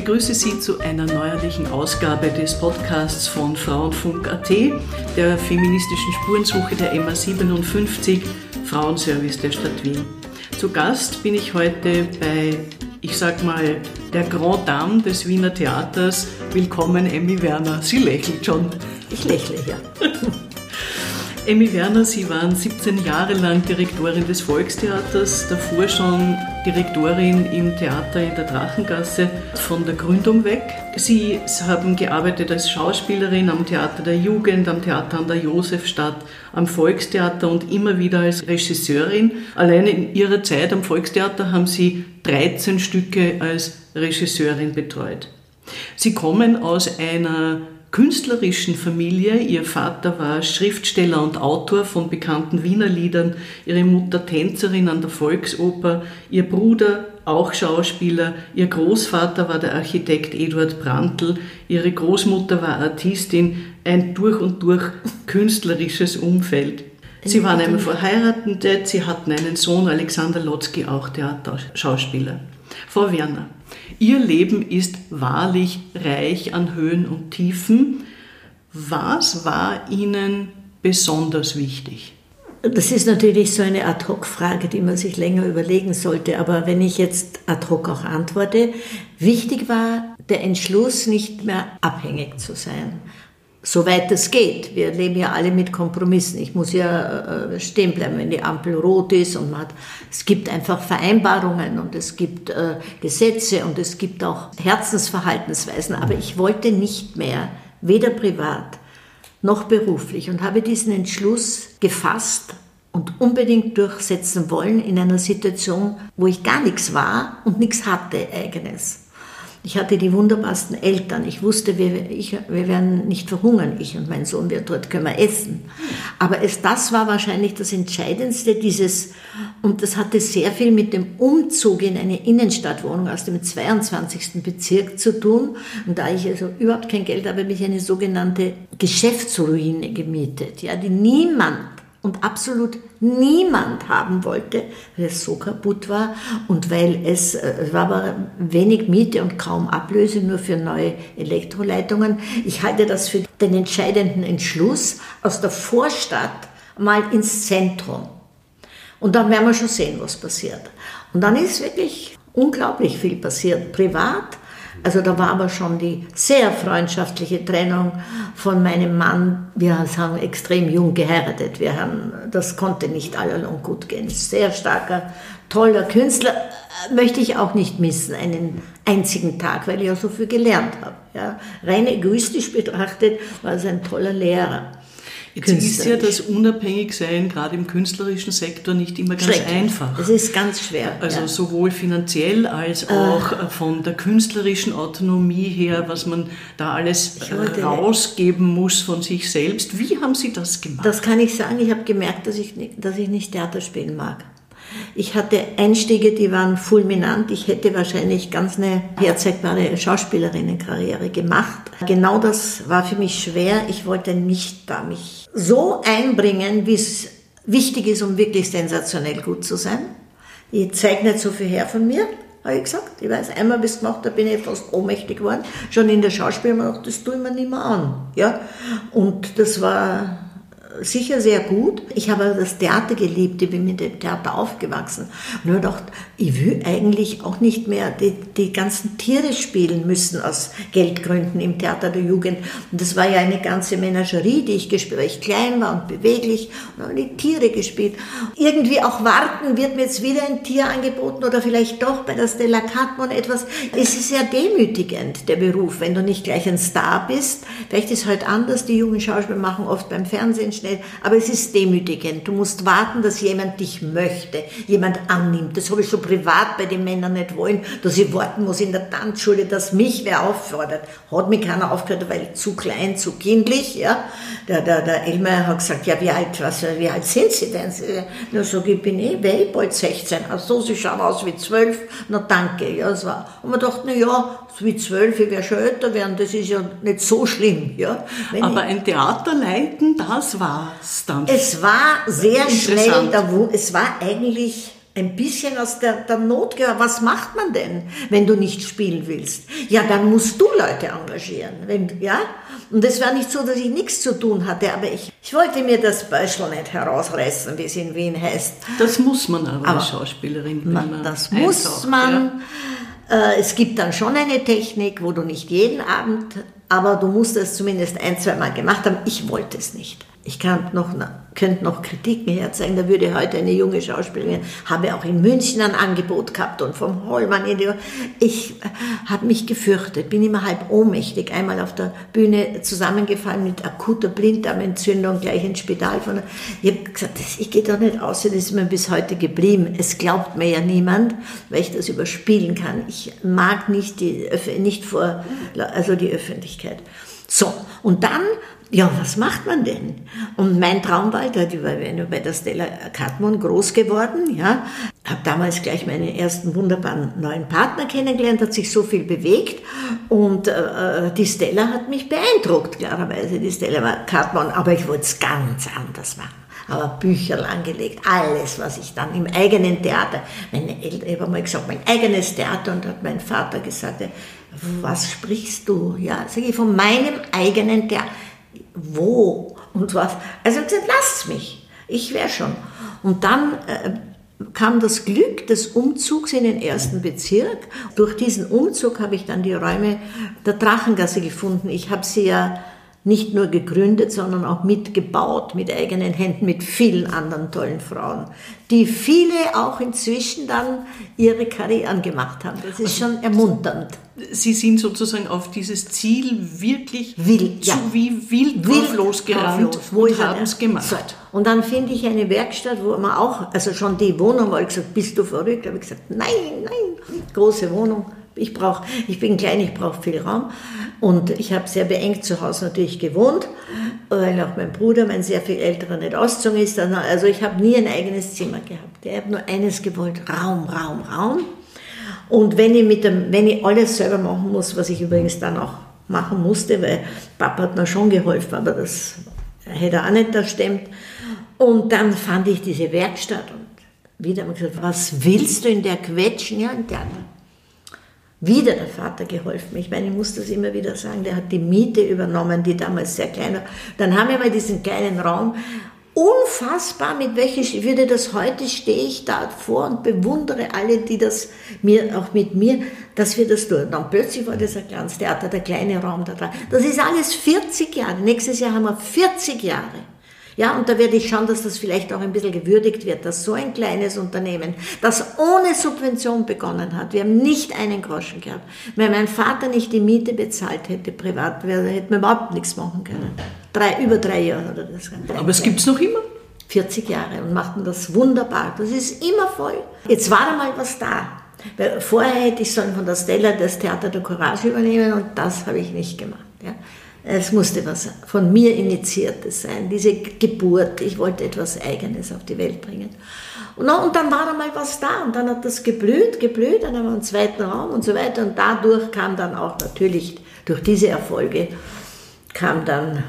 begrüße Sie zu einer neuerlichen Ausgabe des Podcasts von Frauenfunk.at, der feministischen Spurensuche der MA57, Frauenservice der Stadt Wien. Zu Gast bin ich heute bei, der Grand Dame des Wiener Theaters. Willkommen, Emmy Werner. Sie lächelt schon. Ich lächle, ja. Emmy Werner, Sie waren 17 Jahre lang Direktorin des Volkstheaters, davor schon Direktorin im Theater in der Drachengasse von der Gründung weg. Sie haben gearbeitet als Schauspielerin am Theater der Jugend, am Theater an der Josefstadt, am Volkstheater und immer wieder als Regisseurin. Allein in Ihrer Zeit am Volkstheater haben Sie 13 Stücke als Regisseurin betreut. Sie kommen aus einer künstlerischen Familie. Ihr Vater war Schriftsteller und Autor von bekannten Wiener Liedern, ihre Mutter Tänzerin an der Volksoper, ihr Bruder auch Schauspieler, ihr Großvater war der Architekt Eduard Brandl, ihre Großmutter war Artistin, ein durch und durch künstlerisches Umfeld. Sie waren einmal verheiratet, sie hatten einen Sohn, Alexander Lotzky, auch Theaterschauspieler. Frau Werner, Ihr Leben ist wahrlich reich an Höhen und Tiefen. Was war Ihnen besonders wichtig? Das ist natürlich so eine Ad-hoc-Frage, die man sich länger überlegen sollte. Aber wenn ich jetzt ad-hoc auch antworte, wichtig war der Entschluss, nicht mehr abhängig zu sein. Soweit es geht. Wir leben ja alle mit Kompromissen. Ich muss ja stehen bleiben, wenn die Ampel rot ist. Und es gibt einfach Vereinbarungen und es gibt Gesetze und es gibt auch Herzensverhaltensweisen. Aber ich wollte nicht mehr, weder privat noch beruflich, und habe diesen Entschluss gefasst und unbedingt durchsetzen wollen in einer Situation, wo ich gar nichts war und nichts hatte Eigenes. Ich hatte die wunderbarsten Eltern. Ich wusste, wir werden nicht verhungern, ich und mein Sohn, dort können wir essen. Aber das war wahrscheinlich das Entscheidendste, und das hatte sehr viel mit dem Umzug in eine Innenstadtwohnung aus dem 22. Bezirk zu tun. Und da ich also überhaupt kein Geld habe, habe ich eine sogenannte Geschäftsruine gemietet, ja, die niemand und absolut niemand haben wollte, weil es so kaputt war und weil es war aber wenig Miete und kaum Ablöse, nur für neue Elektroleitungen. Ich halte das für den entscheidenden Entschluss, aus der Vorstadt mal ins Zentrum. Und dann werden wir schon sehen, was passiert. Und dann ist wirklich unglaublich viel passiert, privat. Also da war aber schon die sehr freundschaftliche Trennung von meinem Mann. Wir haben extrem jung geheiratet. Das konnte nicht allalong gut gehen. Sehr starker, toller Künstler. Möchte ich auch nicht missen, einen einzigen Tag, weil ich auch so viel gelernt habe. Ja. Rein egoistisch betrachtet war es ein toller Lehrer. Jetzt ist ja das Unabhängigsein gerade im künstlerischen Sektor nicht immer ganz einfach. Es ist ganz schwer. Also sowohl finanziell als auch von der künstlerischen Autonomie her, was man da alles rausgeben muss von sich selbst. Wie haben Sie das gemacht? Das kann ich sagen. Ich habe gemerkt, dass ich nicht Theater spielen mag. Ich hatte Einstiege, die waren fulminant. Ich hätte wahrscheinlich ganz eine herzeigbare Schauspielerinnenkarriere gemacht. Genau das war für mich schwer. Ich wollte nicht da mich so einbringen, wie es wichtig ist, um wirklich sensationell gut zu sein. Ich zeige nicht so viel her von mir, habe ich gesagt. Ich weiß, einmal bis gemacht, da bin ich fast ohnmächtig geworden. Schon in der Schauspielung habe ich gedacht, das tue ich mir nicht mehr an. Ja? Und das war sicher sehr gut. Ich habe das Theater geliebt, ich bin mit dem Theater aufgewachsen. Und habe gedacht, ich will eigentlich auch nicht mehr die ganzen Tiere spielen müssen aus Geldgründen im Theater der Jugend. Und das war ja eine ganze Menagerie, die ich gespielt habe, weil ich klein war und beweglich und habe die Tiere gespielt. Irgendwie auch warten, wird mir jetzt wieder ein Tier angeboten oder vielleicht doch bei der Stella Kattmann etwas. Es ist sehr demütigend, der Beruf, wenn du nicht gleich ein Star bist. Vielleicht ist es heute anders, die jungen Schauspieler machen oft beim Fernsehen schnell, aber es ist demütigend. Du musst warten, dass jemand dich möchte, jemand annimmt. Das habe ich schon privat bei den Männern nicht wollen, dass ich warten muss in der Tanzschule, dass mich wer auffordert. Hat mich keiner aufgehört, weil zu klein, zu kindlich. Ja. Der Elmar hat gesagt, ja, wie alt sind Sie denn? Na, sag ich, bin bald 16. Ach so, Sie schauen aus wie 12. Na, danke. Ja, das war. Und man dachte, na ja, wie 12, ich werde schon älter werden, das ist ja nicht so schlimm. Ja. Aber ein Theater leiten, das war's dann. Es war sehr schnell, es war eigentlich ein bisschen aus der Not gehört. Was macht man denn, wenn du nicht spielen willst? Ja, dann musst du Leute engagieren. Und es war nicht so, dass ich nichts zu tun hatte, aber ich wollte mir das Böschel nicht herausreißen, wie es in Wien heißt. Das muss man aber als Schauspielerin. Das muss man. Ja. Es gibt dann schon eine Technik, wo du nicht jeden Abend, aber du musst es zumindest 1-2 Mal gemacht haben. Ich wollte es nicht. Ich könnte noch Kritiken herzeigen, da würde heute eine junge Schauspielerin, habe auch in München ein Angebot gehabt und vom Hollmann. Ich habe mich gefürchtet, bin immer halb ohnmächtig, einmal auf der Bühne zusammengefallen mit akuter Blinddarmentzündung, gleich ins Spital. Ich habe gesagt, ich gehe da nicht aus, das ist mir bis heute geblieben. Es glaubt mir ja niemand, weil ich das überspielen kann. Ich mag nicht die Öffentlichkeit. So, und dann, ja, was macht man denn? Und mein Traum war, ich war bei der Stella Kadmon groß geworden, ja, habe damals gleich meinen ersten wunderbaren neuen Partner kennengelernt, hat sich so viel bewegt und die Stella hat mich beeindruckt, klarerweise, die Stella Kadmon, aber ich wollte es ganz anders machen. Aber Bücher angelegt, alles, was ich dann im eigenen Theater, ich habe mal gesagt, mein eigenes Theater, und hat mein Vater gesagt, was sprichst du? Ja, sage ich, von meinem eigenen Theater. Wo und was? Also ich habe gesagt, lasst mich, ich wäre schon. Und dann kam das Glück des Umzugs in den 1. Bezirk. Durch diesen Umzug habe ich dann die Räume der Drachengasse gefunden. Ich habe sie ja nicht nur gegründet, sondern auch mitgebaut, mit eigenen Händen, mit vielen anderen tollen Frauen, die viele auch inzwischen dann ihre Karrieren gemacht haben. Das ist schon ermunternd. Sie sind sozusagen auf dieses Ziel wirklich wild drauf losgerannt und haben es gemacht. So. Und dann finde ich eine Werkstatt, wo man auch, also schon die Wohnung, weil ich gesagt, bist du verrückt? Da habe ich gesagt, nein, große Wohnung. Ich bin klein, ich brauche viel Raum. Und ich habe sehr beengt zu Hause natürlich gewohnt, weil auch mein Bruder, mein sehr viel älterer, nicht ausgezogen ist. Also ich habe nie ein eigenes Zimmer gehabt. Ich habe nur eines gewollt, Raum. Und wenn ich alles selber machen muss, was ich übrigens dann auch machen musste, weil Papa hat mir schon geholfen, aber das hätte er auch nicht da stemmt. Und dann fand ich diese Werkstatt und wieder haben wir gesagt, was willst du in der quetschen? Ja, im Theater. Wieder der Vater geholfen. Ich meine, ich muss das immer wieder sagen, der hat die Miete übernommen, die damals sehr klein war. Dann haben wir mal diesen kleinen Raum. Unfassbar, heute stehe ich da vor und bewundere alle, die das auch mit mir, dass wir das tun. Dann plötzlich war das ein kleines Theater, der kleine Raum da dran. Das ist alles 40 Jahre. Nächstes Jahr haben wir 40 Jahre. Ja, und da werde ich schauen, dass das vielleicht auch ein bisschen gewürdigt wird, dass so ein kleines Unternehmen, das ohne Subvention begonnen hat, wir haben nicht einen Groschen gehabt. Wenn mein Vater nicht die Miete bezahlt hätte, privat, hätten wir überhaupt nichts machen können. Über 3 Jahre oder das. Aber es gibt es noch immer? 40 Jahre und machten das wunderbar. Das ist immer voll. Jetzt war da mal was da. Weil vorher hätte ich sollen von der Stella das Theater der Courage übernehmen und das habe ich nicht gemacht. Ja. Es musste was von mir Initiiertes sein, diese Geburt. Ich wollte etwas Eigenes auf die Welt bringen. Und dann war da mal was da und dann hat das geblüht, dann haben wir einen zweiten Raum und so weiter. Und dadurch kam dann auch natürlich, durch diese Erfolge, kam dann,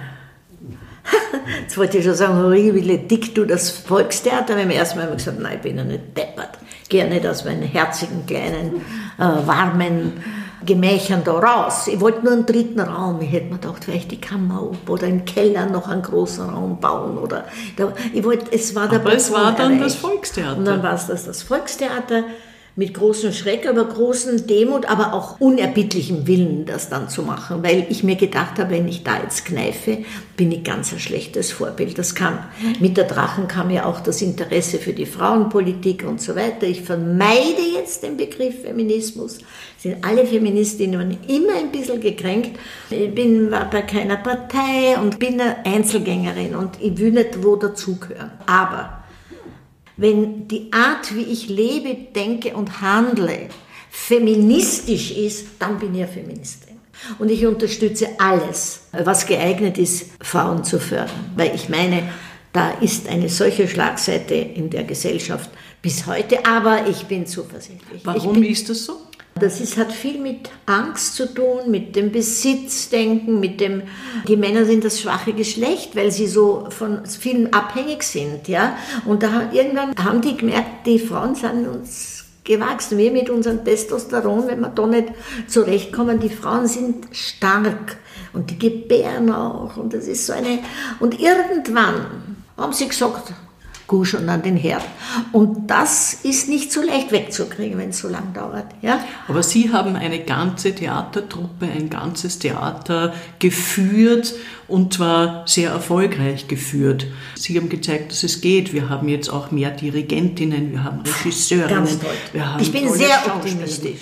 jetzt wollte ich schon sagen, horrible Dictu, das Volkstheater. Wir haben erstmal gesagt, nein, ich bin ja nicht deppert. Ich gehe ja nicht aus meinen herzigen, kleinen, warmen Gemächern da raus. Ich wollte nur einen dritten Raum. Ich hätte mir gedacht, vielleicht die Kammer ob oder im Keller noch einen großen Raum bauen. Aber es war dann das Volkstheater. Und dann war es das Volkstheater mit großem Schreck, aber großen Demut, aber auch unerbittlichem Willen, das dann zu machen. Weil ich mir gedacht habe, wenn ich da jetzt kneife, bin ich ganz ein schlechtes Vorbild. Mit der Drachen kam ja auch das Interesse für die Frauenpolitik und so weiter. Ich vermeide jetzt den Begriff Feminismus. Sind alle Feministinnen immer ein bisschen gekränkt. Ich war bei keiner Partei und bin eine Einzelgängerin und ich will nicht wo dazugehören. Aber wenn die Art, wie ich lebe, denke und handle, feministisch ist, dann bin ich eine Feministin. Und ich unterstütze alles, was geeignet ist, Frauen zu fördern. Weil ich meine, da ist eine solche Schlagseite in der Gesellschaft bis heute, aber ich bin zuversichtlich. Warum ist das so? Hat viel mit Angst zu tun, mit dem Besitzdenken, die Männer sind das schwache Geschlecht, weil sie so von vielen abhängig sind, ja. Und irgendwann haben die gemerkt, die Frauen sind uns gewachsen. Wir mit unserem Testosteron, wenn wir da nicht zurechtkommen, die Frauen sind stark und die gebären auch und das ist und irgendwann haben sie gesagt, Gusch und an den Herd. Und das ist nicht so leicht wegzukriegen, wenn es so lang dauert. Ja? Aber Sie haben eine ganze Theatertruppe, ein ganzes Theater geführt und zwar sehr erfolgreich geführt. Sie haben gezeigt, dass es geht. Wir haben jetzt auch mehr Dirigentinnen, wir haben Regisseurinnen. Ganz toll. Ich bin sehr optimistisch.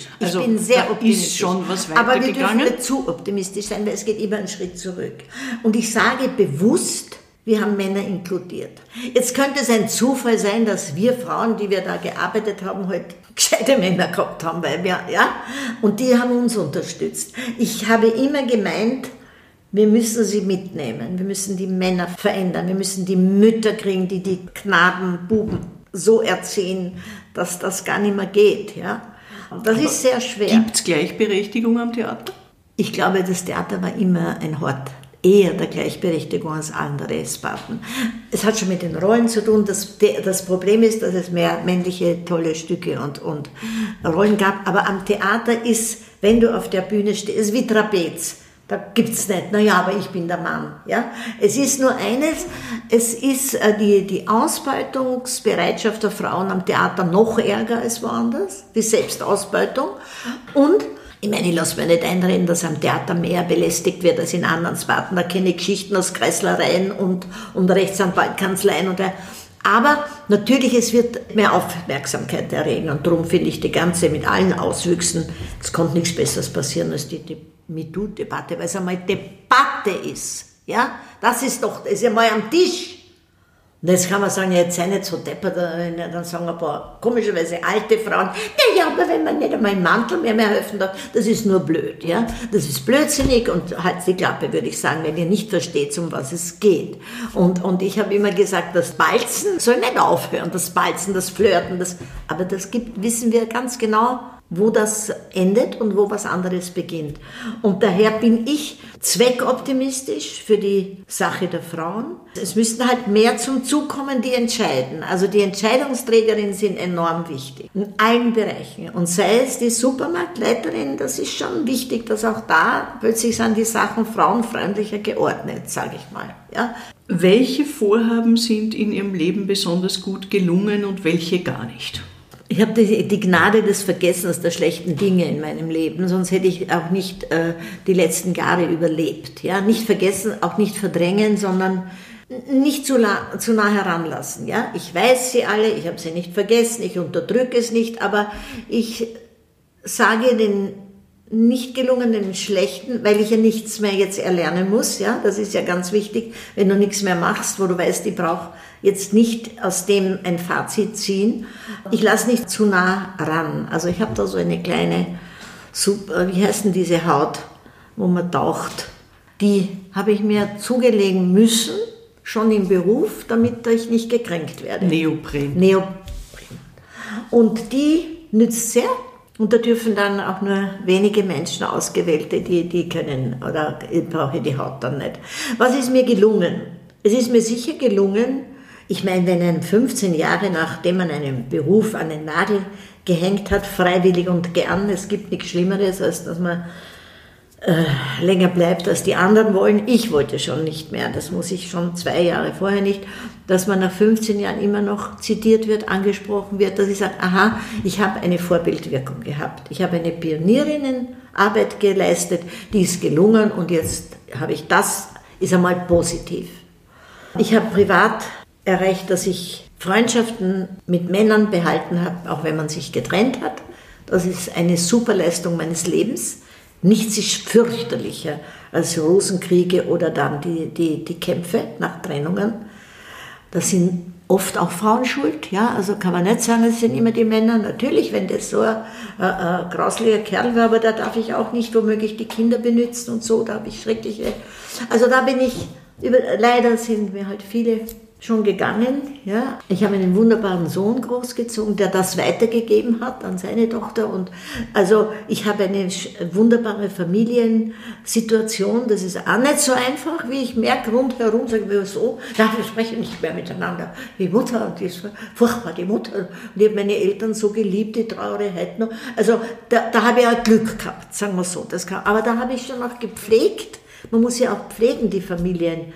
Ist schon was weitergegangen. Aber wir dürfen nicht zu optimistisch sein, weil es geht immer einen Schritt zurück. Und ich sage bewusst, wir haben Männer inkludiert. Jetzt könnte es ein Zufall sein, dass wir Frauen, die wir da gearbeitet haben, halt gescheite Männer gehabt haben, und die haben uns unterstützt. Ich habe immer gemeint, wir müssen sie mitnehmen, wir müssen die Männer verändern, wir müssen die Mütter kriegen, die die Knaben, Buben so erziehen, dass das gar nicht mehr geht, ja. Das ist sehr schwer. Gibt es Gleichberechtigung am Theater? Ich glaube, das Theater war immer ein Hort. Eher der Gleichberechtigung als andere Sparten. Es hat schon mit den Rollen zu tun. Das Problem ist, dass es mehr männliche tolle Stücke und Rollen gab. Aber am Theater ist, wenn du auf der Bühne stehst, ist wie Trapez. Da gibt's nicht, naja, aber ich bin der Mann. Ja? Es ist nur eines, es ist die Ausbeutungsbereitschaft der Frauen am Theater noch ärger als woanders, die Selbstausbeutung. Und ich meine, ich lasse mir nicht einreden, dass am Theater mehr belästigt wird als in anderen Sparten. Da kenne ich Geschichten aus Kreislereien und Rechtsanwaltkanzleien. Aber natürlich, es wird mehr Aufmerksamkeit erregen. Und darum finde ich die ganze mit allen Auswüchsen, es konnte nichts Besseres passieren als die MeToo-Debatte, weil es einmal Debatte ist. Ja? Das ist ja mal am Tisch. Und jetzt kann man sagen, ja, jetzt sei nicht so deppert, dann sagen ein paar komischerweise alte Frauen, naja, aber wenn man nicht einmal im Mantel mehr helfen darf, das ist nur blöd, ja. Das ist blödsinnig und halt die Klappe, würde ich sagen, wenn ihr nicht versteht, um was es geht. Und ich habe immer gesagt, das Balzen soll nicht aufhören, das Balzen, das Flirten, aber wissen wir ganz genau, wo das endet und wo was anderes beginnt. Und daher bin ich zweckoptimistisch für die Sache der Frauen. Es müssten halt mehr zum Zug kommen, die entscheiden. Also die Entscheidungsträgerinnen sind enorm wichtig. In allen Bereichen. Und sei es die Supermarktleiterin, das ist schon wichtig, dass auch da plötzlich sind die Sachen frauenfreundlicher geordnet, sage ich mal. Ja? Welche Vorhaben sind in Ihrem Leben besonders gut gelungen und welche gar nicht? Ich habe die Gnade des Vergessens der schlechten Dinge in meinem Leben, sonst hätte ich auch nicht die letzten Jahre überlebt. Ja? Nicht vergessen, auch nicht verdrängen, sondern nicht zu nah heranlassen. Ja? Ich weiß sie alle, ich habe sie nicht vergessen, ich unterdrücke es nicht, aber ich sage den nicht gelungenen Schlechten, weil ich ja nichts mehr jetzt erlernen muss. Ja? Das ist ja ganz wichtig, wenn du nichts mehr machst, wo du weißt, ich brauche jetzt nicht aus dem ein Fazit ziehen. Ich lasse nicht zu nah ran. Also ich habe da so eine kleine, wie heißt denn diese Haut, wo man taucht. Die habe ich mir zugelegen müssen, schon im Beruf, damit ich nicht gekränkt werde. Neopren. Und die nützt sehr. Und da dürfen dann auch nur wenige Menschen, Ausgewählte, die können, oder brauche ich die Haut dann nicht. Was ist mir gelungen? Es ist mir sicher gelungen, ich meine, wenn einem 15 Jahre, nachdem man einen Beruf an den Nagel gehängt hat, freiwillig und gern, es gibt nichts Schlimmeres, als dass man länger bleibt, als die anderen wollen. Ich wollte schon nicht mehr, das muss ich schon 2 Jahre vorher nicht, dass man nach 15 Jahren immer noch zitiert wird, angesprochen wird, dass ich sage, aha, ich habe eine Vorbildwirkung gehabt. Ich habe eine Pionierinnenarbeit geleistet, die ist gelungen und jetzt habe ich das, ist einmal positiv. Ich habe privat erreicht, dass ich Freundschaften mit Männern behalten habe, auch wenn man sich getrennt hat. Das ist eine Superleistung meines Lebens. Nichts ist fürchterlicher als Rosenkriege oder dann die Kämpfe nach Trennungen. Das sind oft auch Frauen schuld, ja, also kann man nicht sagen, es sind immer die Männer. Natürlich, wenn das so ein grauslicher Kerl war, aber da darf ich auch nicht womöglich die Kinder benutzen und so, da habe ich schreckliche... Also da bin ich, leider sind mir halt viele schon gegangen. Ja. Ich habe einen wunderbaren Sohn großgezogen, der das weitergegeben hat an seine Tochter. Und also ich habe eine wunderbare Familiensituation. Das ist auch nicht so einfach, wie ich merke, rundherum sagen wir so, na, wir sprechen nicht mehr miteinander. Die Mutter, die ist furchtbar, die Mutter. Und ich habe meine Eltern so geliebt, die trauere heute noch. Also da habe ich auch Glück gehabt, sagen wir so. Aber da habe ich schon auch gepflegt. Man muss ja auch pflegen, die Familienbande.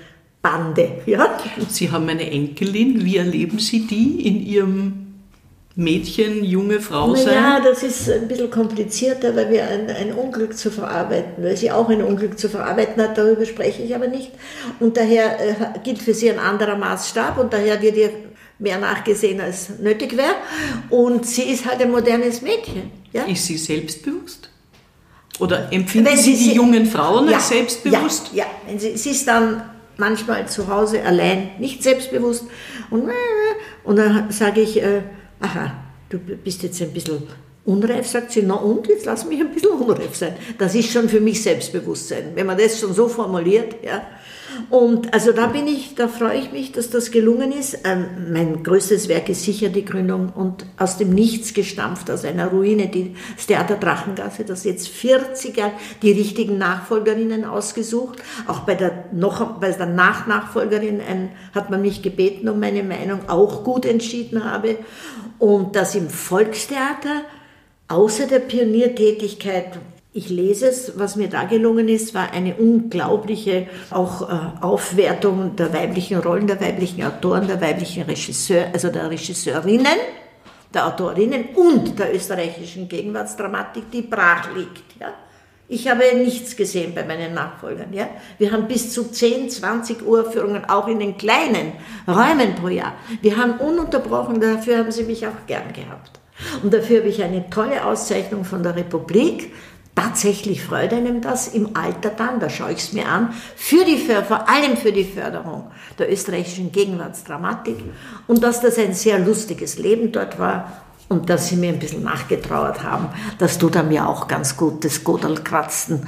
Ja? Sie haben eine Enkelin. Wie erleben Sie die in Ihrem Mädchen, junge Frau sein? Ja, das ist ein bisschen komplizierter, weil wir ein Unglück zu verarbeiten, weil sie auch ein Unglück zu verarbeiten hat, darüber spreche ich aber nicht. Und daher gilt für sie ein anderer Maßstab und daher wird ihr mehr nachgesehen als nötig wäre. Und sie ist halt ein modernes Mädchen. Ja? Ist sie selbstbewusst? Oder empfinden Sie die jungen Frauen als selbstbewusst? Ja, sie ist dann manchmal zu Hause allein nicht selbstbewusst. Und dann sage ich, aha, du bist jetzt ein bisschen unreif, sagt sie, na und, jetzt lass mich ein bisschen unreif sein. Das ist schon für mich Selbstbewusstsein, wenn man das schon so formuliert. Ja. Und also da freue ich mich, dass das gelungen ist. Mein größtes Werk ist sicher die Gründung und aus dem Nichts gestampft, aus einer Ruine, das Theater Drachengasse, das jetzt 40 Jahre, die richtigen Nachfolgerinnen ausgesucht. Auch bei der Nachfolgerin hat man mich gebeten um meine Meinung, auch gut entschieden habe. Und das im Volkstheater, außer der Pioniertätigkeit, ich lese es, was mir da gelungen ist, war eine unglaubliche auch Aufwertung der weiblichen Rollen, der weiblichen Autoren, der weiblichen also der Regisseurinnen, der Autorinnen und der österreichischen Gegenwartsdramatik, die brach liegt. Ja. Ich habe nichts gesehen bei meinen Nachfolgern. Ja. Wir haben bis zu 10, 20 Uraufführungen, auch in den kleinen Räumen pro Jahr. Wir haben ununterbrochen, dafür haben sie mich auch gern gehabt. Und dafür habe ich eine tolle Auszeichnung von der Republik. Tatsächlich freut einem das im Alter dann, da schaue ich es mir an, vor allem für die Förderung der österreichischen Gegenwartsdramatik und dass das ein sehr lustiges Leben dort war und dass sie mir ein bisschen nachgetrauert haben, das tut er mir auch ganz gut, das Goderl-Kratzen.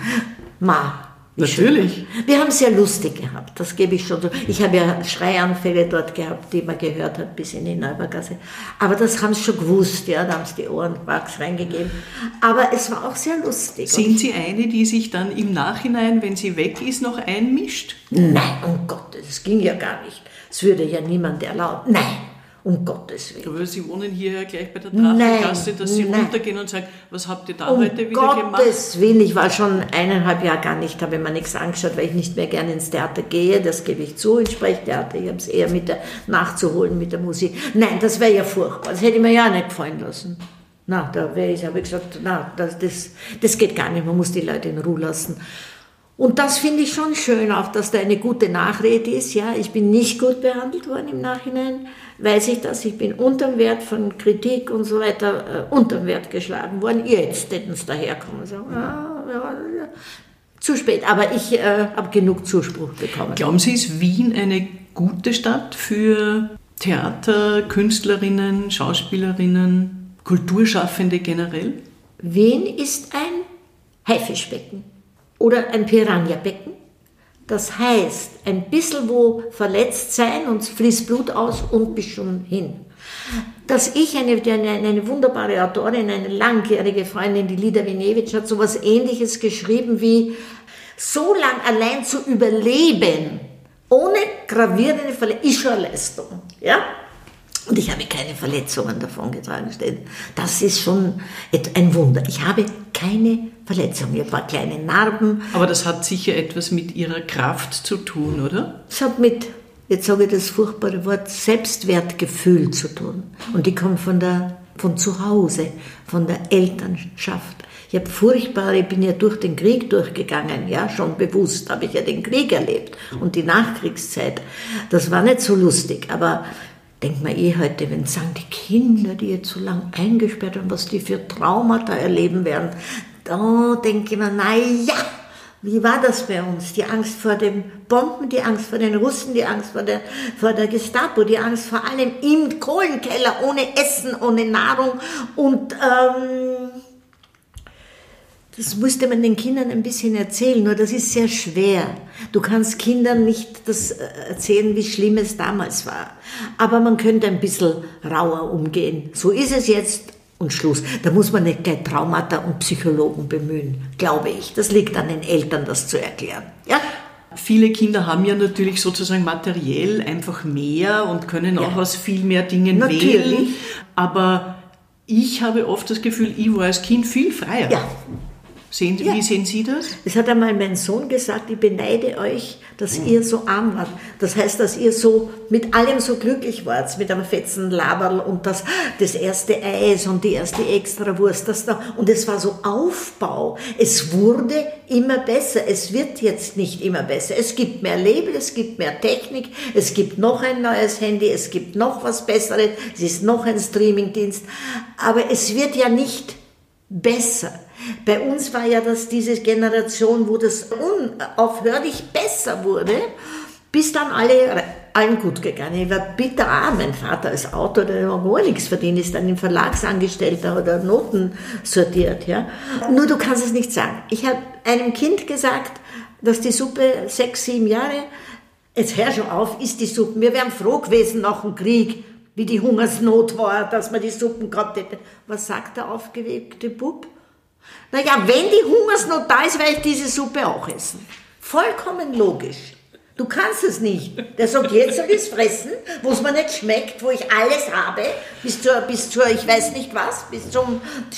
Natürlich. Wir haben es sehr lustig gehabt, das gebe ich schon so. Ich habe ja Schreianfälle dort gehabt, die man gehört hat bis in die Neubergasse. Aber das haben sie schon gewusst, ja, da haben sie die Ohrenwachs reingegeben. Aber es war auch sehr lustig. Sind Sie eine, die sich dann im Nachhinein, wenn sie weg ist, noch einmischt? Nein, um Gottes, das ging ja gar nicht. Das würde ja niemand erlauben. Nein. Um Gottes Willen. Aber Sie wohnen hier ja gleich bei der Drachengasse, dass Sie runtergehen und sagen, was habt ihr da heute wieder gemacht? Um Gottes Willen, ich war schon 1,5 Jahre gar nicht, habe mir nichts angeschaut, weil ich nicht mehr gerne ins Theater gehe, das gebe ich zu, ins Sprechtheater, ich habe es eher nachzuholen mit der Musik. Nein, das wäre ja furchtbar, das hätte ich mir ja nicht gefallen lassen. Na, da habe ich gesagt, das geht gar nicht, man muss die Leute in Ruhe lassen. Und das finde ich schon schön, auch dass da eine gute Nachrede ist. Ja, ich bin nicht gut behandelt worden im Nachhinein, weiß ich das. Ich bin unterm Wert von Kritik und so weiter, unterm Wert geschlagen worden. Jetzt hätten sie daherkommen und sagen, zu spät. Aber ich habe genug Zuspruch bekommen. Glauben Sie, ist Wien eine gute Stadt für Theater, Künstlerinnen, Schauspielerinnen, Kulturschaffende generell? Wien ist ein Haifischbecken. Oder ein Piranha-Becken. Das heißt, ein bisschen wo verletzt sein und fließt Blut aus und bis schon hin. Dass ich eine wunderbare Autorin, eine langjährige Freundin, die Lida Winewitsch, hat so etwas Ähnliches geschrieben wie, so lang allein zu überleben, ohne gravierende Verletzungen, ist schon eine Leistung. Ja? Und ich habe keine Verletzungen davongetragen. Das ist schon ein Wunder. Ich habe keine Verletzungen, ein paar kleine Narben. Aber das hat sicher etwas mit Ihrer Kraft zu tun, oder? Es hat mit, jetzt sage ich das furchtbare Wort, Selbstwertgefühl zu tun. Und die kommt von zu Hause, von der Elternschaft. Ich bin ja durch den Krieg durchgegangen, ja, schon bewusst habe ich ja den Krieg erlebt und die Nachkriegszeit. Das war nicht so lustig, aber denkt man heute, wenn sagen, die Kinder, die jetzt so lange eingesperrt haben, was die für Traumata erleben werden, da denke ich mir, naja, wie war das bei uns? Die Angst vor den Bomben, die Angst vor den Russen, die Angst vor der Gestapo, die Angst vor allem im Kohlenkeller, ohne Essen, ohne Nahrung und Das musste man den Kindern ein bisschen erzählen, nur das ist sehr schwer. Du kannst Kindern nicht das erzählen, wie schlimm es damals war. Aber man könnte ein bisschen rauer umgehen. So ist es jetzt und Schluss. Da muss man nicht gleich Traumata und Psychologen bemühen, glaube ich. Das liegt an den Eltern, das zu erklären. Ja? Viele Kinder haben ja natürlich sozusagen materiell einfach mehr und können auch aus viel mehr Dingen wählen. Aber ich habe oft das Gefühl, ich war als Kind viel freier. Ja. Wie sehen Sie das? Es hat einmal mein Sohn gesagt, ich beneide euch, dass ihr so arm wart. Das heißt, dass ihr so mit allem so glücklich wart, mit einem fetzen Laberl und das erste Eis und die erste Extrawurst. Und es war so Aufbau. Es wurde immer besser. Es wird jetzt nicht immer besser. Es gibt mehr Label, es gibt mehr Technik, es gibt noch ein neues Handy, es gibt noch was Besseres, es ist noch ein Streamingdienst. Aber es wird ja nicht besser. Bei uns war ja das diese Generation, wo das unaufhörlich besser wurde, bis dann allen gut gegangen. Ich war bitterarm. Mein Vater als Autor, der hat gar nichts verdient, ist dann im Verlagsangestellter oder Noten sortiert. Ja. Nur du kannst es nicht sagen. Ich habe einem Kind gesagt, dass die Suppe 6, 7 Jahre, jetzt hör schon auf, isst die Suppe. Wir wären froh gewesen nach dem Krieg, wie die Hungersnot war, dass man die Suppen gehabt hätte. Was sagt der aufgeweckte Bub? Naja, wenn die Hungersnot da ist, werde ich diese Suppe auch essen. Vollkommen logisch. Du kannst es nicht. Der sagt, jetzt soll ich es fressen, wo es mir nicht schmeckt, wo ich alles habe, bis zur ich weiß nicht was, bis zum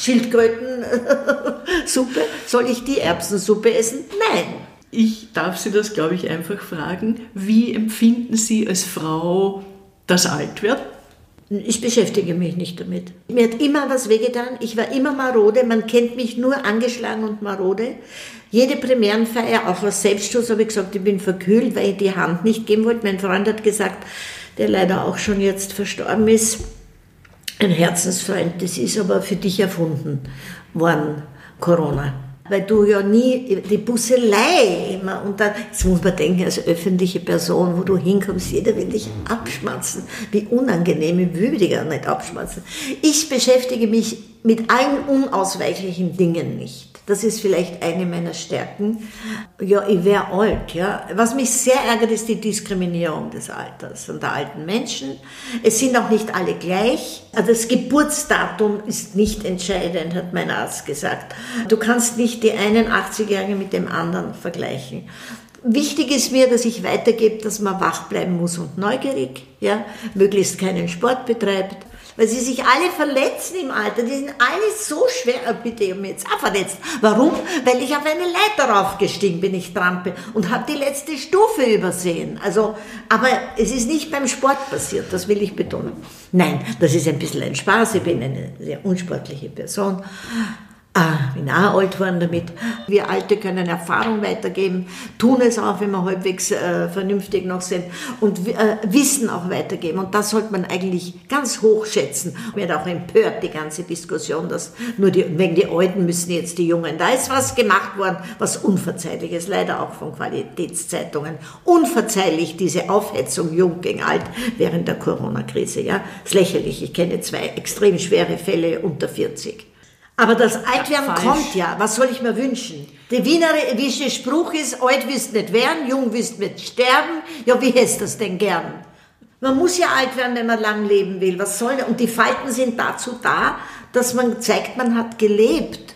Schildkrötensuppe, soll ich die Erbsensuppe essen? Nein. Ich darf Sie das, glaube ich, einfach fragen. Wie empfinden Sie als Frau das Altwerden? Ich beschäftige mich nicht damit. Mir hat immer was wehgetan. Ich war immer marode. Man kennt mich nur angeschlagen und marode. Jede Premierenfeier, auch aus Selbstschutz, habe ich gesagt, ich bin verkühlt, weil ich die Hand nicht geben wollte. Mein Freund hat gesagt, der leider auch schon jetzt verstorben ist, ein Herzensfreund, das ist aber für dich erfunden worden, Corona. Weil du ja nie die Busselei immer, und dann, jetzt muss man denken, als öffentliche Person, wo du hinkommst, jeder will dich abschmatzen. Wie unangenehm, ich will dich gar nicht abschmatzen. Ich beschäftige mich mit allen unausweichlichen Dingen nicht. Das ist vielleicht eine meiner Stärken. Ja, ich wäre alt, ja. Was mich sehr ärgert, ist die Diskriminierung des Alters und der alten Menschen. Es sind auch nicht alle gleich. Also das Geburtsdatum ist nicht entscheidend, hat mein Arzt gesagt. Du kannst nicht die 81-Jährigen mit dem anderen vergleichen. Wichtig ist mir, dass ich weitergebe, dass man wach bleiben muss und neugierig, ja, möglichst keinen Sport betreibt, weil sie sich alle verletzen im Alter. Die sind alle so schwer. Bitte, ich habe mich jetzt auch verletzt. Warum? Weil ich auf eine Leiter raufgestiegen bin, ich trampe, und habe die letzte Stufe übersehen. Also, aber es ist nicht beim Sport passiert, das will ich betonen. Nein, das ist ein bisschen ein Spaß. Ich bin eine sehr unsportliche Person. Bin auch alt geworden damit. Wir Alte können Erfahrung weitergeben, tun es auch, wenn wir halbwegs vernünftig noch sind, und Wissen auch weitergeben. Und das sollte man eigentlich ganz hoch schätzen. Mir hat auch empört, die ganze Diskussion, dass nur wegen die Alten müssen jetzt die Jungen. Da ist was gemacht worden, was unverzeihlich ist, leider auch von Qualitätszeitungen. Unverzeihlich, diese Aufhetzung Jung gegen Alt während der Corona-Krise. Ja? Das ist lächerlich. Ich kenne 2 extrem schwere Fälle unter 40. Aber das Altwerden kommt ja. Was soll ich mir wünschen? Der wienerische Spruch ist, alt wirst nicht werden, jung wirst nicht sterben. Ja, wie hättest du das denn gern? Man muss ja alt werden, wenn man lang leben will. Was soll das? Und die Falten sind dazu da, dass man zeigt, man hat gelebt.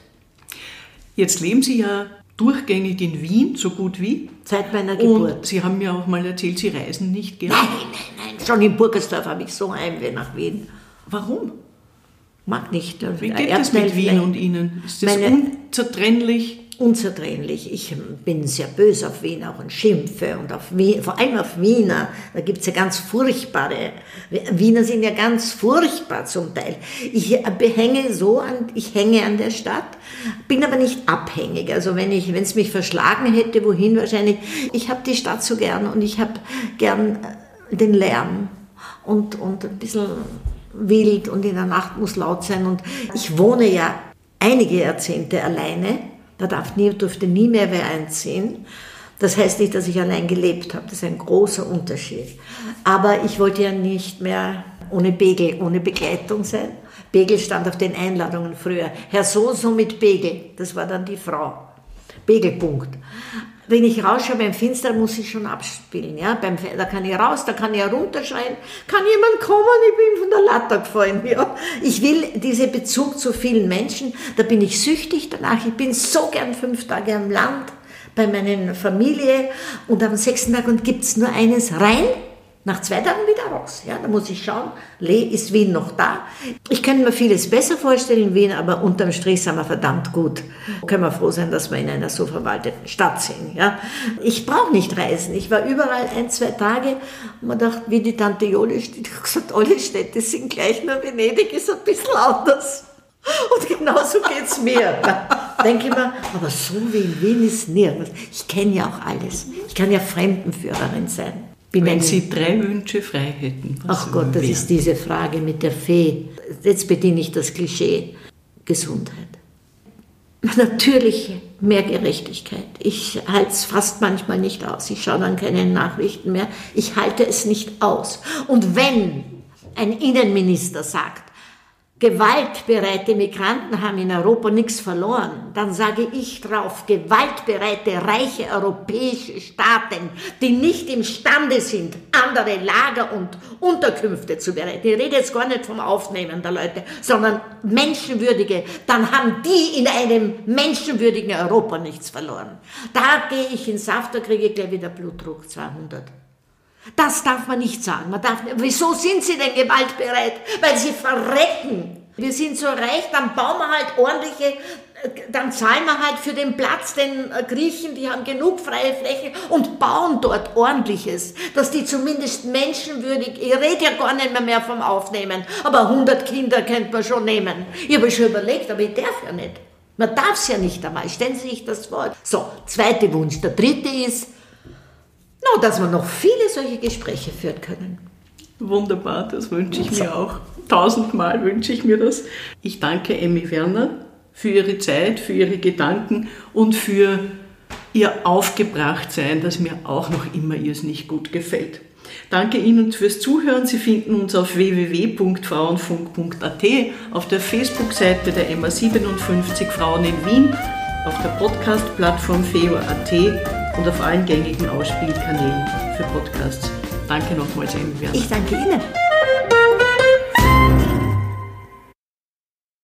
Jetzt leben Sie ja durchgängig in Wien, so gut wie. Seit meiner Geburt. Und Sie haben mir auch mal erzählt, Sie reisen nicht gern. Nein. Schon in Burgersdorf habe ich so Heimweh nach Wien. Warum? Mag nicht. Wie geht das mit Wien und Ihnen? Ist das unzertrennlich? Unzertrennlich. Ich bin sehr böse auf Wien auch und schimpfe, und auf Wien, vor allem auf Wiener. Da gibt es ja ganz furchtbare. Wiener sind ja ganz furchtbar zum Teil. Ich hänge an der Stadt, bin aber nicht abhängig. Also wenn es mich verschlagen hätte, wohin wahrscheinlich. Ich habe die Stadt so gern, und ich habe gern den Lärm und ein bisschen wild, und in der Nacht muss laut sein. Und ich wohne ja einige Jahrzehnte alleine. Da durfte nie mehr wer einziehen. Das heißt nicht, dass ich allein gelebt habe. Das ist ein großer Unterschied. Aber ich wollte ja nicht mehr ohne Begel, ohne Begleitung sein. Begel stand auf den Einladungen früher. Herr so mit Begel, das war dann die Frau. Begelpunkt. Wenn ich rausschaue beim Finster, muss ich schon abspielen. Ja? Da kann ich raus, da kann ich herunterschreien. Kann jemand kommen? Ich bin von der Latte gefallen. Ja? Ich will diesen Bezug zu vielen Menschen. Da bin ich süchtig danach. Ich bin so gern 5 Tage am Land bei meiner Familie und am 6. Tag und gibt es nur eines rein. Nach 2 Tagen wieder raus. Ja, da muss ich schauen, ist Wien noch da? Ich könnte mir vieles besser vorstellen in Wien, aber unterm Strich sind wir verdammt gut. Können wir froh sein, dass wir in einer so verwalteten Stadt sind. Ja? Ich brauche nicht reisen. Ich war überall 1, 2 Tage und man dachte, wie die Tante Jole, die hat gesagt, alle Städte sind gleich, nur Venedig ist ein bisschen anders. Und genauso geht es mir. Da denke ich mir, aber so wie in Wien ist nirgends. Ich kenne ja auch alles. Ich kann ja Fremdenführerin sein. Wenn Sie 3 Wünsche frei hätten. Ach Gott, das ist diese Frage mit der Fee. Jetzt bediene ich das Klischee. Gesundheit. Natürlich mehr Gerechtigkeit. Ich halte es fast manchmal nicht aus. Ich schaue dann keine Nachrichten mehr. Ich halte es nicht aus. Und wenn ein Innenminister sagt, gewaltbereite Migranten haben in Europa nichts verloren, dann sage ich drauf, gewaltbereite, reiche europäische Staaten, die nicht imstande sind, andere Lager und Unterkünfte zu bereiten. Ich rede jetzt gar nicht vom Aufnehmen der Leute, sondern menschenwürdige, dann haben die in einem menschenwürdigen Europa nichts verloren. Da gehe ich in Saft, da kriege ich gleich wieder Blutdruck 200. Das darf man nicht sagen. Wieso sind sie denn gewaltbereit? Weil sie verrecken. Wir sind so reich, dann bauen wir halt ordentliche, dann zahlen wir halt für den Platz den Griechen, die haben genug freie Fläche und bauen dort Ordentliches, dass die zumindest menschenwürdig, ich rede ja gar nicht mehr vom Aufnehmen, aber 100 Kinder könnte man schon nehmen. Ich habe schon überlegt, aber ich darf ja nicht. Man darf es ja nicht einmal, stellen Sie sich das vor. So, 2. Wunsch. Der 3. ist, dass wir noch viele solche Gespräche führen können. Wunderbar, das wünsche ich mir auch. 1000-mal wünsche ich mir das. Ich danke Emmy Werner für ihre Zeit, für ihre Gedanken und für ihr Aufgebrachtsein, das mir auch noch immer irrsinnig gut gefällt. Danke Ihnen fürs Zuhören. Sie finden uns auf www.frauenfunk.at, auf der Facebook-Seite der MA57 Frauen in Wien, auf der Podcast-Plattform feo.at und auf allen gängigen Ausspielkanälen für Podcasts. Danke nochmals, Emmy Werner. Ich danke Ihnen.